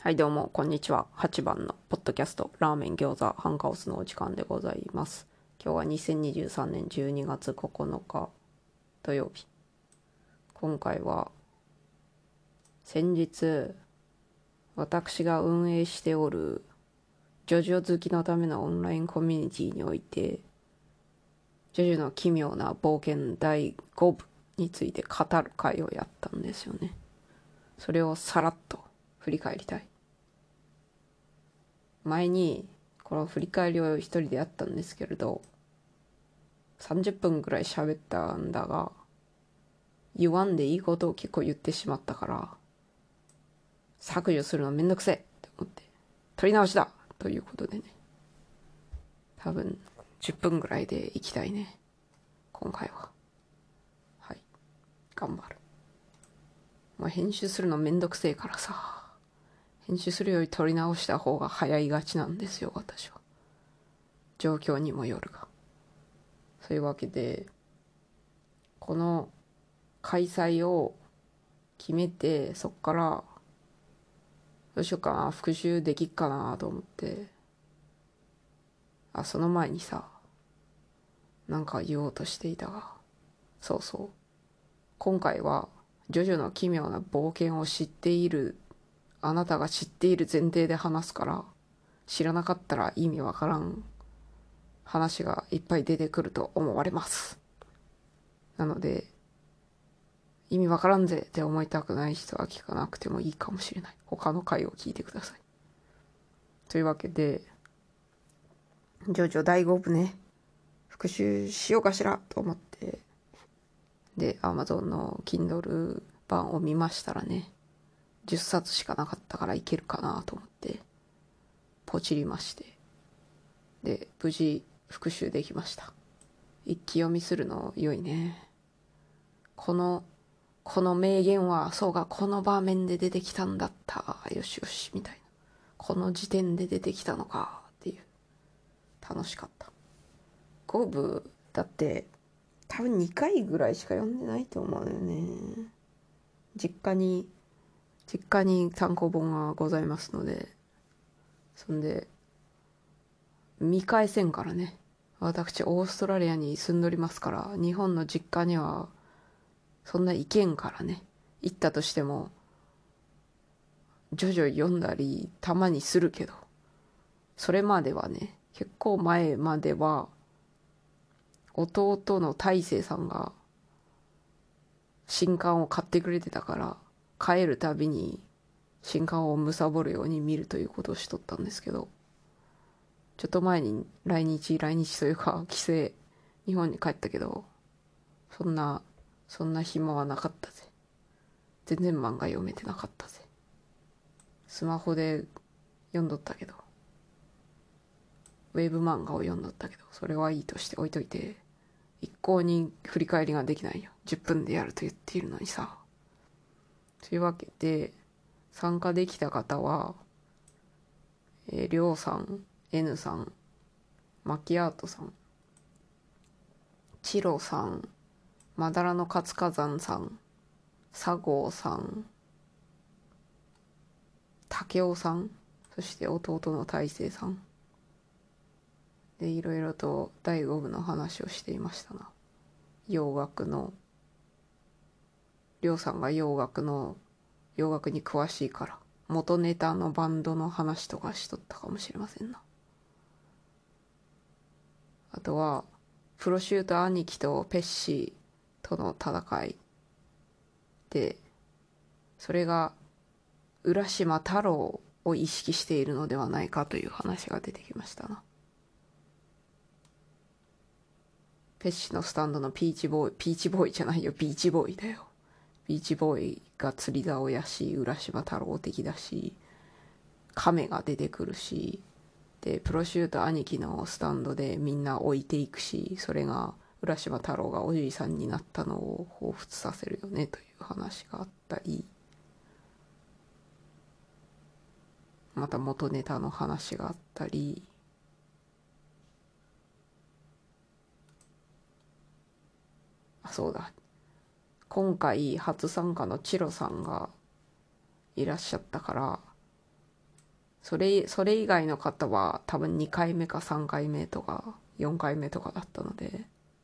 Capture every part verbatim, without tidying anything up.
はいどうもこんにちは。はちばんのポッドキャストラーメン餃子ハンカオスのお時間でございます。今日はにせんにじゅうさんねんじゅうにがつここのか土曜日。今回は先日私が運営しておるジョジョ好きのためのオンラインコミュニティにおいてジョジョの奇妙な冒険だいごぶについて語る会をやったんですよね。それをさらっと振り返りたい。前にこの振り返りを一人でやったんですけれどさんじゅっぷんくらい喋ったんだが言わんでいいことを結構言ってしまったから削除するのめんどくせえって思って撮り直しだということでね、多分じゅっぷんくらいでいきたいね今回は。はい頑張る。まあ編集するのめんどくせえからさ、編集するより撮り直した方が早いがちなんですよ私は。状況にもよるが。そういうわけでこの開催を決めてそっからどうしようかな、復習できっかなと思って、あその前にさなんか言おうとしていたが、そうそう今回はジョジョの奇妙な冒険を知っているあなたが知っている前提で話すから、知らなかったら意味わからん話がいっぱい出てくると思われます。なので意味わからんぜって思いたくない人は聞かなくてもいいかもしれない。他の回を聞いてください。というわけでジョジョだいごぶね、復習しようかしらと思って、で Amazon の Kindle 版を見ましたらね、じゅっさつしかなかったからいけるかなと思ってポチりまして、で無事復習できました。一気読みするの良いね。このこの名言はそうかこの場面で出てきたんだった、よしよしみたいな、この時点で出てきたのかっていう、楽しかった。ごぶだって多分にかいぐらいしか読んでないと思うよね。実家に実家に単行本がございますので、そんで見返せんからね。私オーストラリアに住んどりますから、日本の実家にはそんな行けんからね。行ったとしても徐々読んだりたまにするけど、それまではね、結構前までは弟の大成さんが新刊を買ってくれてたから、帰るたびに新刊を貪るように見るということをしとったんですけど、ちょっと前に来日来日というか帰省、日本に帰ったけど、そんなそんな暇はなかったぜ。全然漫画読めてなかったぜ。スマホで読んどったけど、ウェブ漫画を読んどったけど、それはいいとして置いといて、一向に振り返りができないよ。じゅっぷんでやると言っているのにさ。というわけで参加できた方は、えー、りょうさん、N さん、マキアートさん、チロさん、まだらの活火山さん、佐合さん、竹雄さん、そして弟の大成さんで、いろいろとだいごぶの話をしていましたな。洋楽のりょうさんが洋楽の洋楽に詳しいから元ネタのバンドの話とかしとったかもしれませんな。あとはプロシュート兄貴とペッシーとの戦いで、それが浦島太郎を意識しているのではないかという話が出てきましたな。ペッシのスタンドのピーチボーイ、ピーチボーイじゃないよ、ビーチボーイだよ。ビーチボーイが釣り竿やし、浦島太郎的だし、亀が出てくるし、でプロシュート兄貴のスタンドでみんな置いていくし、それが浦島太郎がおじいさんになったのを彷彿させるよねという話があったり、また元ネタの話があったり、あそうだ、今回初参加のチロさんがいらっしゃったから、 それそれ以外の方は多分にかいめかさんかいめとかよんかいめとかだったので、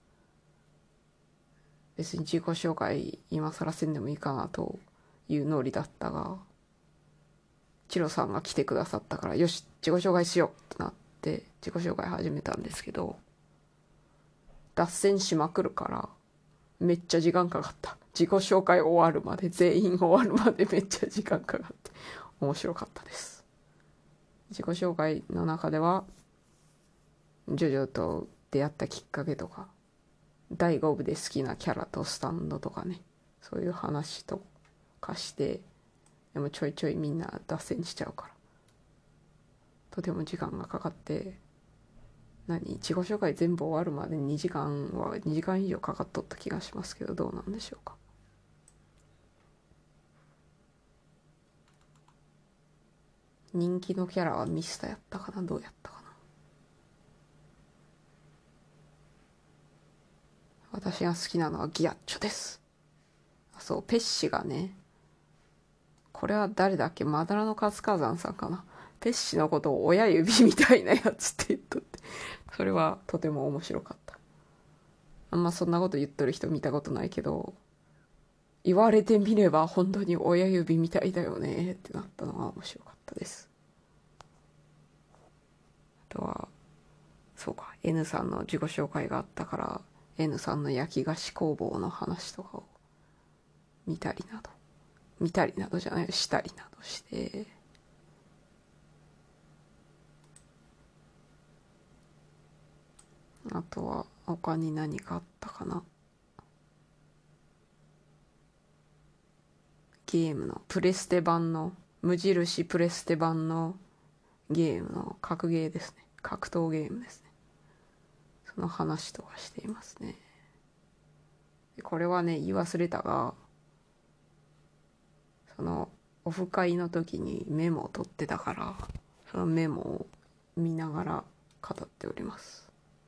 別に自己紹介今更せんでもいいかなというノリだったが、チロさんが来てくださったから、よし自己紹介しようってなって自己紹介始めたんですけど、脱線しまくるからめっちゃ時間かかった。自己紹介終わるまで、全員終わるまでめっちゃ時間かかって面白かったです。自己紹介の中ではジョジョと出会ったきっかけとか、だいご部で好きなキャラとスタンドとかね、そういう話とかして、でもちょいちょいみんな脱線しちゃうからとても時間がかかって、何自己紹介全部終わるまでにじかんはにじかん以上かかっとった気がしますけど、どうなんでしょうか。人気のキャラはミスタやったかな、どうやったかな。私が好きなのはギアッチョです。あ、そう、ペッシがね、これは誰だっけ、マダラの活火山さんかな、ペッシのことを親指みたいなやつって言っとって、それはとても面白かった。あんまそんなこと言っとる人見たことないけど、言われてみれば本当に親指みたいだよねってなったのが面白かったです。あとはそうか、 N さんの自己紹介があったから N さんの焼き菓子工房の話とかを見たりなど見たりなどじゃないしたりなどして、あとは他に何かあったかな。ゲームのプレステ版の無印プレステ版のゲームの格ゲーですね、格闘ゲームですね、その話とかしていますね。でこれはね言い忘れたが、そのオフ会の時にメモを取ってたから、そのメモを見ながら語っております。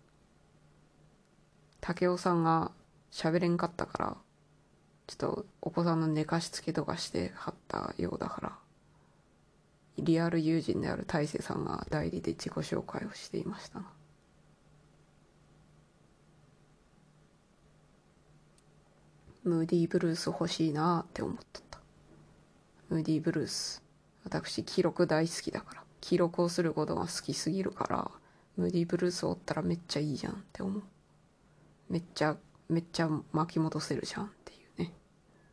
武雄さんが喋れんかったから、ちょっとお子さんの寝かしつけとかしてはったようだから、リアル友人である大勢さんが代理で自己紹介をしていましたな。ムーディーブルース欲しいなって思っとった。ムーディーブルース、私記録大好きだから、記録をすることが好きすぎるから、ムーディーブルースおったらめっちゃいいじゃんって思う。めっちゃめっちゃ巻き戻せるじゃんっていうね。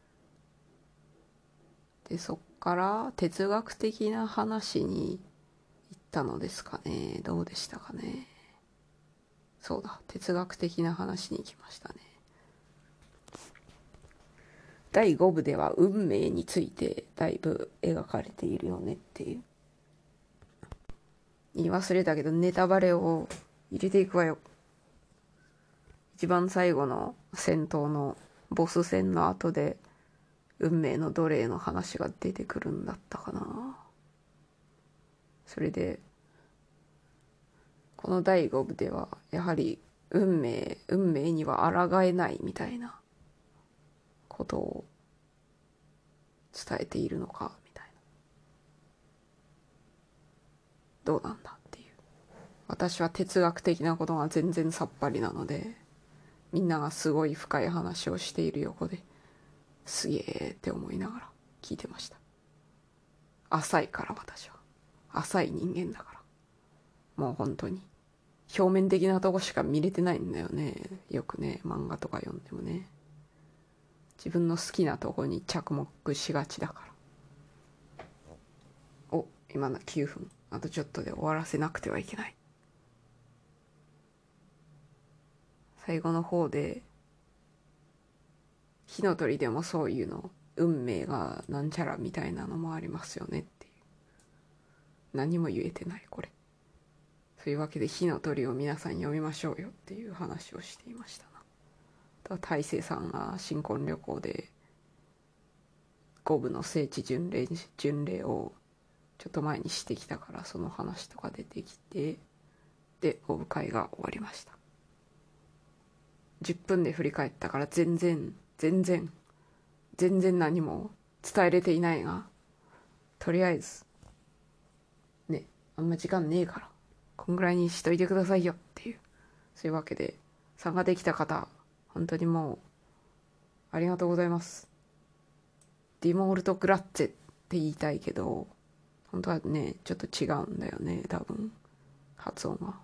でそっから哲学的な話に行ったのですかね。どうでしたかね。そうだ、哲学的な話に行きましたね。だいご部では運命についてだいぶ描かれているよねっていう。言い忘れたけどネタバレを入れていくわよ。一番最後の戦闘のボス戦の後で運命の奴隷の話が出てくるんだったかな。それでこのだいご部ではやはり運命運命には抗えないみたいなことを伝えているのかみたいな、どうなんだっていう。私は哲学的なことが全然さっぱりなので、みんながすごい深い話をしている横ですげえって思いながら聞いてました。浅いから私は浅い人間だから、もう本当に表面的なとこしか見れてないんだよね。よくね漫画とか読んでもね、自分の好きなとこに着目しがちだから。お、今のきゅうふん、あとちょっとで終わらせなくてはいけない。最後の方で火の鳥でもそういうの運命がなんちゃらみたいなのもありますよねっていう。何も言えてないこれ。そういうわけで火の鳥を皆さん読みましょうよっていう話をしていましたな。大勢さんが新婚旅行で五部の聖地巡礼巡礼をちょっと前にしてきたから、その話とか出てきて、で五部会が終わりました。じゅっぷんで振り返ったから全然全然全然何も伝えれていないが、とりあえずねあんま時間ねえから、こんぐらいにしといてくださいよっていう。そういうわけで、参加できた方、本当にもう、ありがとうございます。ディモールトグラッツェって言いたいけど、本当はね、ちょっと違うんだよね、多分。発音は。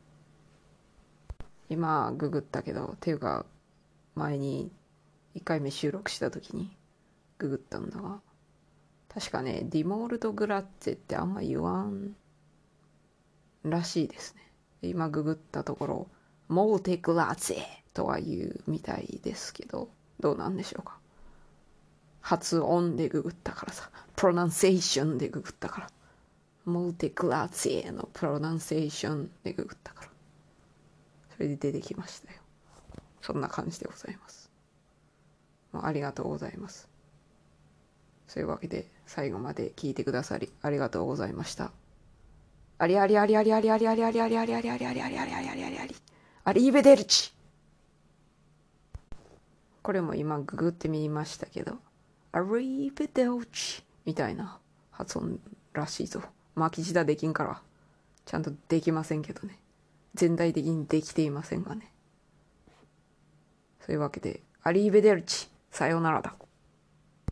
今、ググったけど、ていうか、前にいっかいめ収録した時にググったんだが、確かね、ディモールトグラッツェってあんま言わんらしいですね。今ググったところ、モーテグラッツェとは言うみたいですけど、どうなんでしょうか。発音でググったからさ、プロナンセーションでググったから、モーテグラッツェのプロナンセーションでググったから、それで出てきましたよ。そんな感じでございます。もうありがとうございます。そういうわけで最後まで聞いてくださりありがとうございました。ありありありありありありありありありありありありありありありありありありありアリーベデルチ。これも今ググってみましたけど、アリーベデルチみたいな発音らしいぞ。巻き舌できんからちゃんとできませんけどね。全体的にできていませんがね。そういうわけでアリーベデルチ、さようならだ。